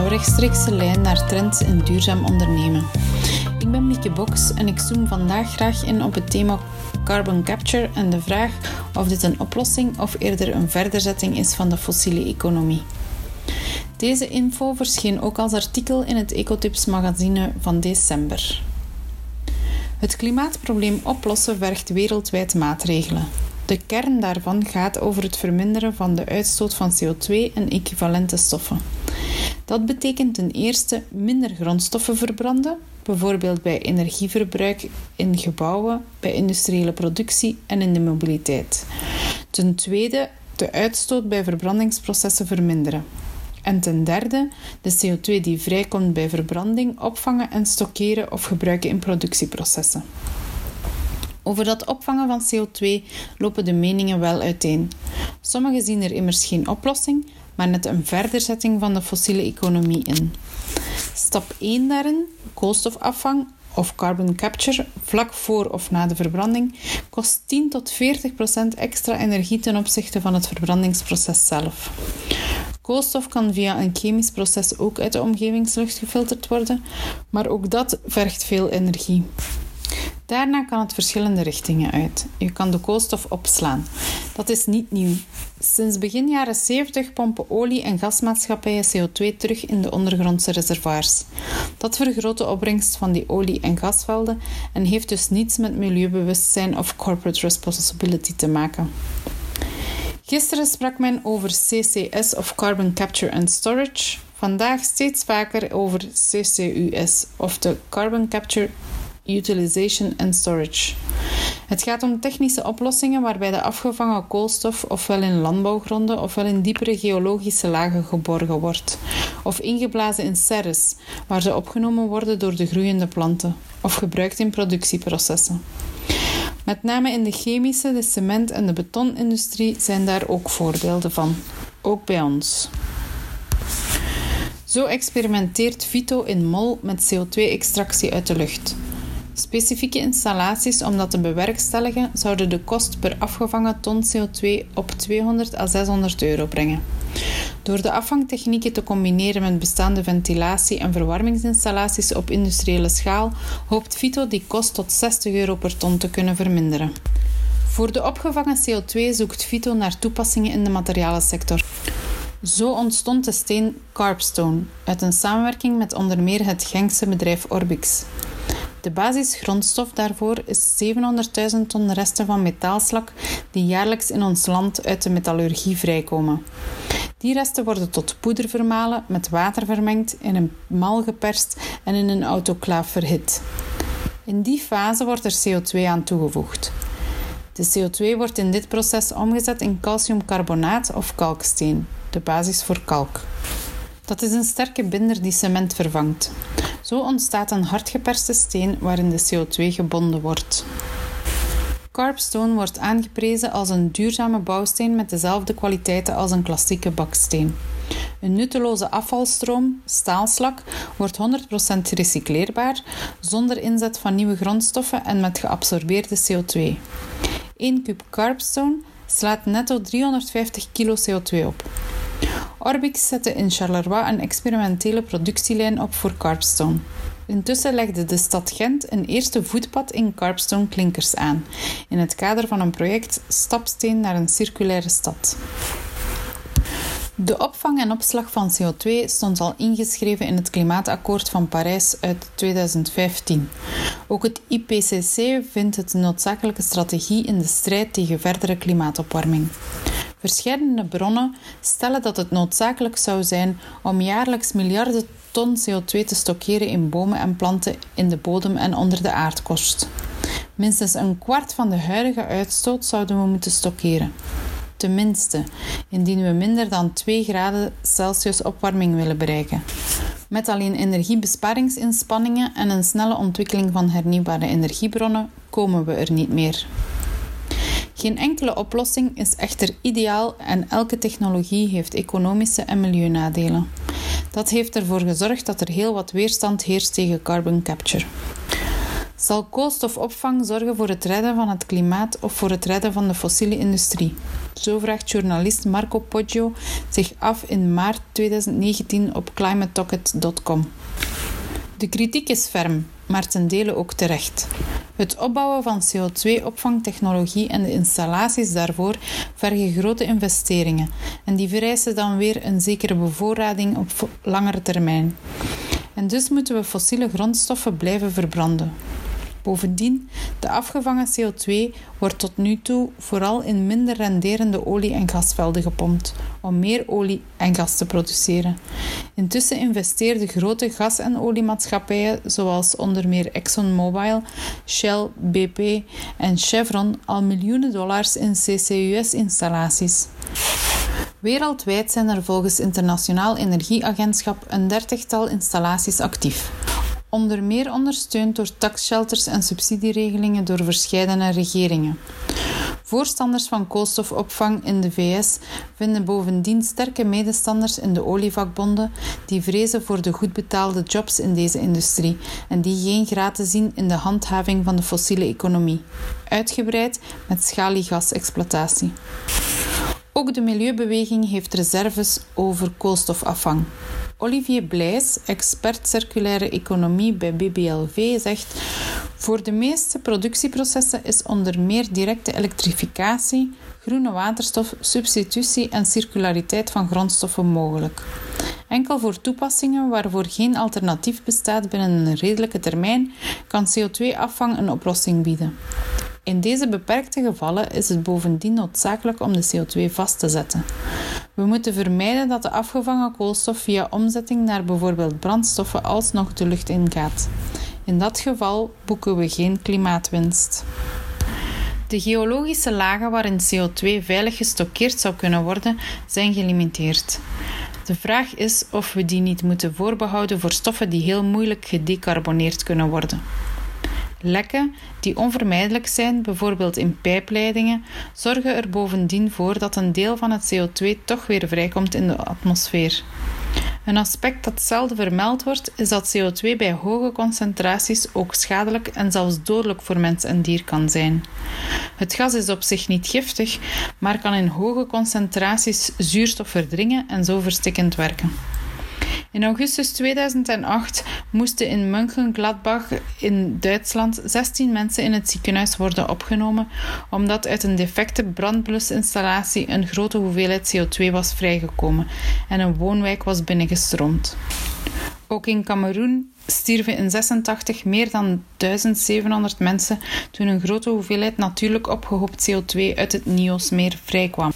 rechtstreekse lijn naar trends in duurzaam ondernemen. Ik ben Mieke Boks en ik zoom vandaag graag in op het thema carbon capture en de vraag of dit een oplossing of eerder een verderzetting is van de fossiele economie. Deze info verscheen ook als artikel in het Ecotips magazine van december. Het klimaatprobleem oplossen vergt wereldwijd maatregelen. De kern daarvan gaat over het verminderen van de uitstoot van CO2 en equivalente stoffen. Dat betekent ten eerste minder grondstoffen verbranden, bijvoorbeeld bij energieverbruik in gebouwen, bij industriële productie en in de mobiliteit. Ten tweede de uitstoot bij verbrandingsprocessen verminderen. En ten derde de CO2 die vrijkomt bij verbranding opvangen en stockeren of gebruiken in productieprocessen. Over dat opvangen van CO2 lopen de meningen wel uiteen. Sommigen zien er immers geen oplossing, maar net een verderzetting van de fossiele economie in. Stap 1 daarin, koolstofafvang of carbon capture, vlak voor of na de verbranding, kost 10 tot 40% extra energie ten opzichte van het verbrandingsproces zelf. Koolstof kan via een chemisch proces ook uit de omgevingslucht gefilterd worden, maar ook dat vergt veel energie. Daarna kan het verschillende richtingen uit. Je kan de koolstof opslaan. Dat is niet nieuw. Sinds begin jaren 70 pompen olie- en gasmaatschappijen CO2 terug in de ondergrondse reservoirs. Dat vergroot de opbrengst van die olie- en gasvelden en heeft dus niets met milieubewustzijn of corporate responsibility te maken. Gisteren sprak men over CCS of Carbon Capture and Storage. Vandaag steeds vaker over CCUS of de Carbon Capture Utilization and Storage. Het gaat om technische oplossingen waarbij de afgevangen koolstof ofwel in landbouwgronden ofwel in diepere geologische lagen geborgen wordt, of ingeblazen in serres, waar ze opgenomen worden door de groeiende planten, of gebruikt in productieprocessen. Met name in de chemische, de cement- en de betonindustrie zijn daar ook voorbeelden van, ook bij ons. Zo experimenteert Vito in Mol met CO2-extractie uit de lucht. Specifieke installaties om dat te bewerkstelligen zouden de kost per afgevangen ton CO2 op 200 à 600 euro brengen. Door de afvangtechnieken te combineren met bestaande ventilatie- en verwarmingsinstallaties op industriële schaal, hoopt Vito die kost tot 60 euro per ton te kunnen verminderen. Voor de opgevangen CO2 zoekt Vito naar toepassingen in de materialensector. Zo ontstond de steen Carbstone uit een samenwerking met onder meer het Genkse bedrijf Orbix. De basisgrondstof daarvoor is 700.000 ton resten van metaalslak die jaarlijks in ons land uit de metallurgie vrijkomen. Die resten worden tot poeder vermalen, met water vermengd, in een mal geperst en in een autoclaaf verhit. In die fase wordt er CO2 aan toegevoegd. De CO2 wordt in dit proces omgezet in calciumcarbonaat of kalksteen, de basis voor kalk. Dat is een sterke binder die cement vervangt. Zo ontstaat een hardgeperste steen waarin de CO2 gebonden wordt. Carbstone wordt aangeprezen als een duurzame bouwsteen met dezelfde kwaliteiten als een klassieke baksteen. Een nutteloze afvalstroom, staalslak, wordt 100% recycleerbaar, zonder inzet van nieuwe grondstoffen en met geabsorbeerde CO2. 1 kub Carbstone slaat netto 350 kilo CO2 op. Orbix zette in Charleroi een experimentele productielijn op voor Carbstone. Intussen legde de stad Gent een eerste voetpad in Carbstone klinkers aan, in het kader van een project Stapsteen naar een circulaire stad. De opvang en opslag van CO2 stond al ingeschreven in het Klimaatakkoord van Parijs uit 2015. Ook het IPCC vindt het een noodzakelijke strategie in de strijd tegen verdere klimaatopwarming. Verscheidene bronnen stellen dat het noodzakelijk zou zijn om jaarlijks miljarden ton CO2 te stockeren in bomen en planten in de bodem en onder de aardkorst. Minstens een kwart van de huidige uitstoot zouden we moeten stockeren. Tenminste, indien we minder dan 2 graden Celsius opwarming willen bereiken. Met alleen energiebesparingsinspanningen en een snelle ontwikkeling van hernieuwbare energiebronnen komen we er niet meer. Geen enkele oplossing is echter ideaal en elke technologie heeft economische en milieunadelen. Dat heeft ervoor gezorgd dat er heel wat weerstand heerst tegen carbon capture. Zal koolstofopvang zorgen voor het redden van het klimaat of voor het redden van de fossiele industrie? Zo vraagt journalist Marco Poggio zich af in maart 2019 op climatetalk.com. De kritiek is ferm, maar ten dele ook terecht. Het opbouwen van CO2-opvangtechnologie en de installaties daarvoor vergen grote investeringen en die vereisen dan weer een zekere bevoorrading op langere termijn. En dus moeten we fossiele grondstoffen blijven verbranden. Bovendien, de afgevangen CO2 wordt tot nu toe vooral in minder renderende olie- en gasvelden gepompt, om meer olie en gas te produceren. Intussen investeerden grote gas- en oliemaatschappijen, zoals onder meer ExxonMobil, Shell, BP en Chevron, al miljoenen dollars in CCUS-installaties. Wereldwijd zijn er volgens het Internationaal Energieagentschap een 30-tal installaties actief. Onder meer ondersteund door taxshelters en subsidieregelingen door verscheidene regeringen. Voorstanders van koolstofopvang in de VS vinden bovendien sterke medestanders in de olievakbonden die vrezen voor de goed betaalde jobs in deze industrie en die geen graten zien in de handhaving van de fossiele economie, uitgebreid met schaliegasexploitatie. Ook de milieubeweging heeft reserves over koolstofafvang. Olivier Blijs, expert circulaire economie bij BBLV, zegt: voor de meeste productieprocessen is onder meer directe elektrificatie, groene waterstof, substitutie en circulariteit van grondstoffen mogelijk. Enkel voor toepassingen waarvoor geen alternatief bestaat binnen een redelijke termijn kan CO2-afvang een oplossing bieden. In deze beperkte gevallen is het bovendien noodzakelijk om de CO2 vast te zetten. We moeten vermijden dat de afgevangen koolstof via omzetting naar bijvoorbeeld brandstoffen alsnog de lucht ingaat. In dat geval boeken we geen klimaatwinst. De geologische lagen waarin CO2 veilig gestockeerd zou kunnen worden, zijn gelimiteerd. De vraag is of we die niet moeten voorbehouden voor stoffen die heel moeilijk gedecarboneerd kunnen worden. Lekken, die onvermijdelijk zijn, bijvoorbeeld in pijpleidingen, zorgen er bovendien voor dat een deel van het CO2 toch weer vrijkomt in de atmosfeer. Een aspect dat zelden vermeld wordt, is dat CO2 bij hoge concentraties ook schadelijk en zelfs dodelijk voor mens en dier kan zijn. Het gas is op zich niet giftig, maar kan in hoge concentraties zuurstof verdringen en zo verstikkend werken. In augustus 2008 moesten in Mönchengladbach in Duitsland 16 mensen in het ziekenhuis worden opgenomen omdat uit een defecte brandblusinstallatie een grote hoeveelheid CO2 was vrijgekomen en een woonwijk was binnengestroomd. Ook in Kameroen stierven in 1986 meer dan 1700 mensen toen een grote hoeveelheid natuurlijk opgehoopt CO2 uit het Nyosmeer vrijkwam.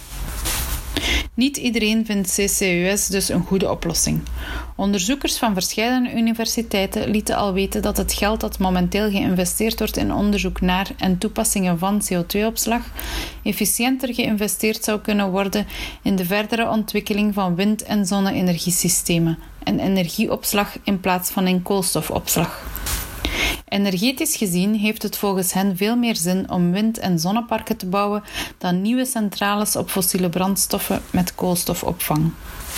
Niet iedereen vindt CCUS dus een goede oplossing. Onderzoekers van verschillende universiteiten lieten al weten dat het geld dat momenteel geïnvesteerd wordt in onderzoek naar en toepassingen van CO2-opslag efficiënter geïnvesteerd zou kunnen worden in de verdere ontwikkeling van wind- en zonne-energiesystemen en energieopslag in plaats van in koolstofopslag. Energetisch gezien heeft het volgens hen veel meer zin om wind- en zonneparken te bouwen dan nieuwe centrales op fossiele brandstoffen met koolstofopvang.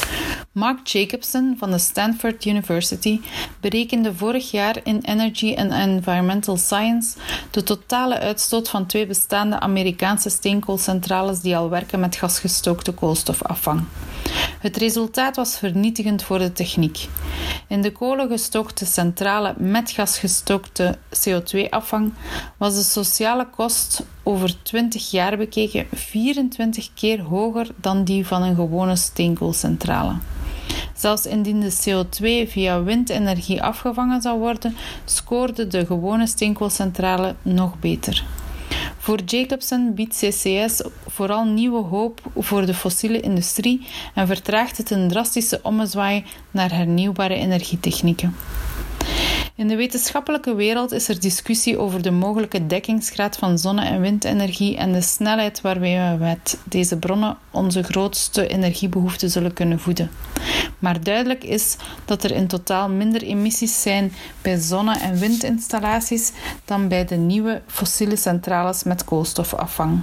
Mark Jacobson van de Stanford University berekende vorig jaar in Energy and Environmental Science de totale uitstoot van 2 bestaande Amerikaanse steenkoolcentrales die al werken met gasgestookte koolstofafvang. Het resultaat was vernietigend voor de techniek. In de kolengestookte centrale met gasgestookte CO2-afvang was de sociale kost over 20 jaar bekeken 24 keer hoger dan die van een gewone steenkoolcentrale. Zelfs indien de CO2 via windenergie afgevangen zou worden, scoorde de gewone steenkoolcentrale nog beter. Voor Jacobson biedt CCS vooral nieuwe hoop voor de fossiele industrie en vertraagt het een drastische ommezwaai naar hernieuwbare energietechnieken. In de wetenschappelijke wereld is er discussie over de mogelijke dekkingsgraad van zonne- en windenergie en de snelheid waarmee we met deze bronnen onze grootste energiebehoeften zullen kunnen voeden. Maar duidelijk is dat er in totaal minder emissies zijn bij zonne- en windinstallaties dan bij de nieuwe fossiele centrales met koolstofafvang.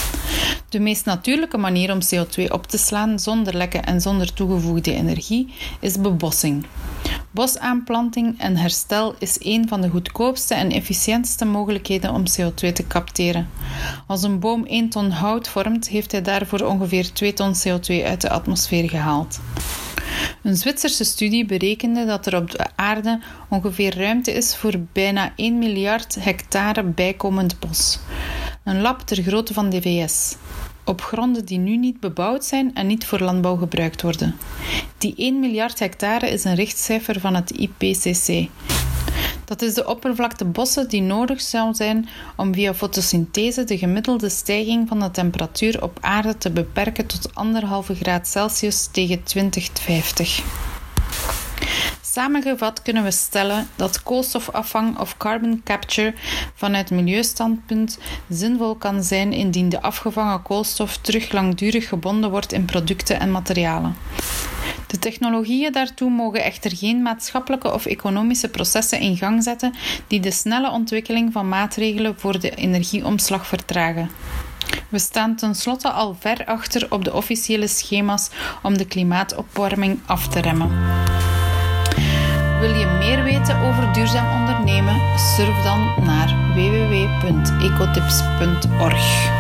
De meest natuurlijke manier om CO2 op te slaan zonder lekken en zonder toegevoegde energie is bebossing. Bosaanplanting en herstel is een van de goedkoopste en efficiëntste mogelijkheden om CO2 te capteren. Als een boom 1 ton hout vormt, heeft hij daarvoor ongeveer 2 ton CO2 uit de atmosfeer gehaald. Een Zwitserse studie berekende dat er op de aarde ongeveer ruimte is voor bijna 1 miljard hectare bijkomend bos. Een lab ter grootte van de VS. Op gronden die nu niet bebouwd zijn en niet voor landbouw gebruikt worden. Die 1 miljard hectare is een richtcijfer van het IPCC. Dat is de oppervlakte bossen die nodig zou zijn om via fotosynthese de gemiddelde stijging van de temperatuur op aarde te beperken tot 1,5 graad Celsius tegen 2050. Samengevat kunnen we stellen dat koolstofafvang of carbon capture vanuit milieustandpunt zinvol kan zijn indien de afgevangen koolstof terug langdurig gebonden wordt in producten en materialen. De technologieën daartoe mogen echter geen maatschappelijke of economische processen in gang zetten die de snelle ontwikkeling van maatregelen voor de energieomslag vertragen. We staan tenslotte al ver achter op de officiële schema's om de klimaatopwarming af te remmen. Wil je meer weten over duurzaam ondernemen? Surf dan naar www.ecotips.org.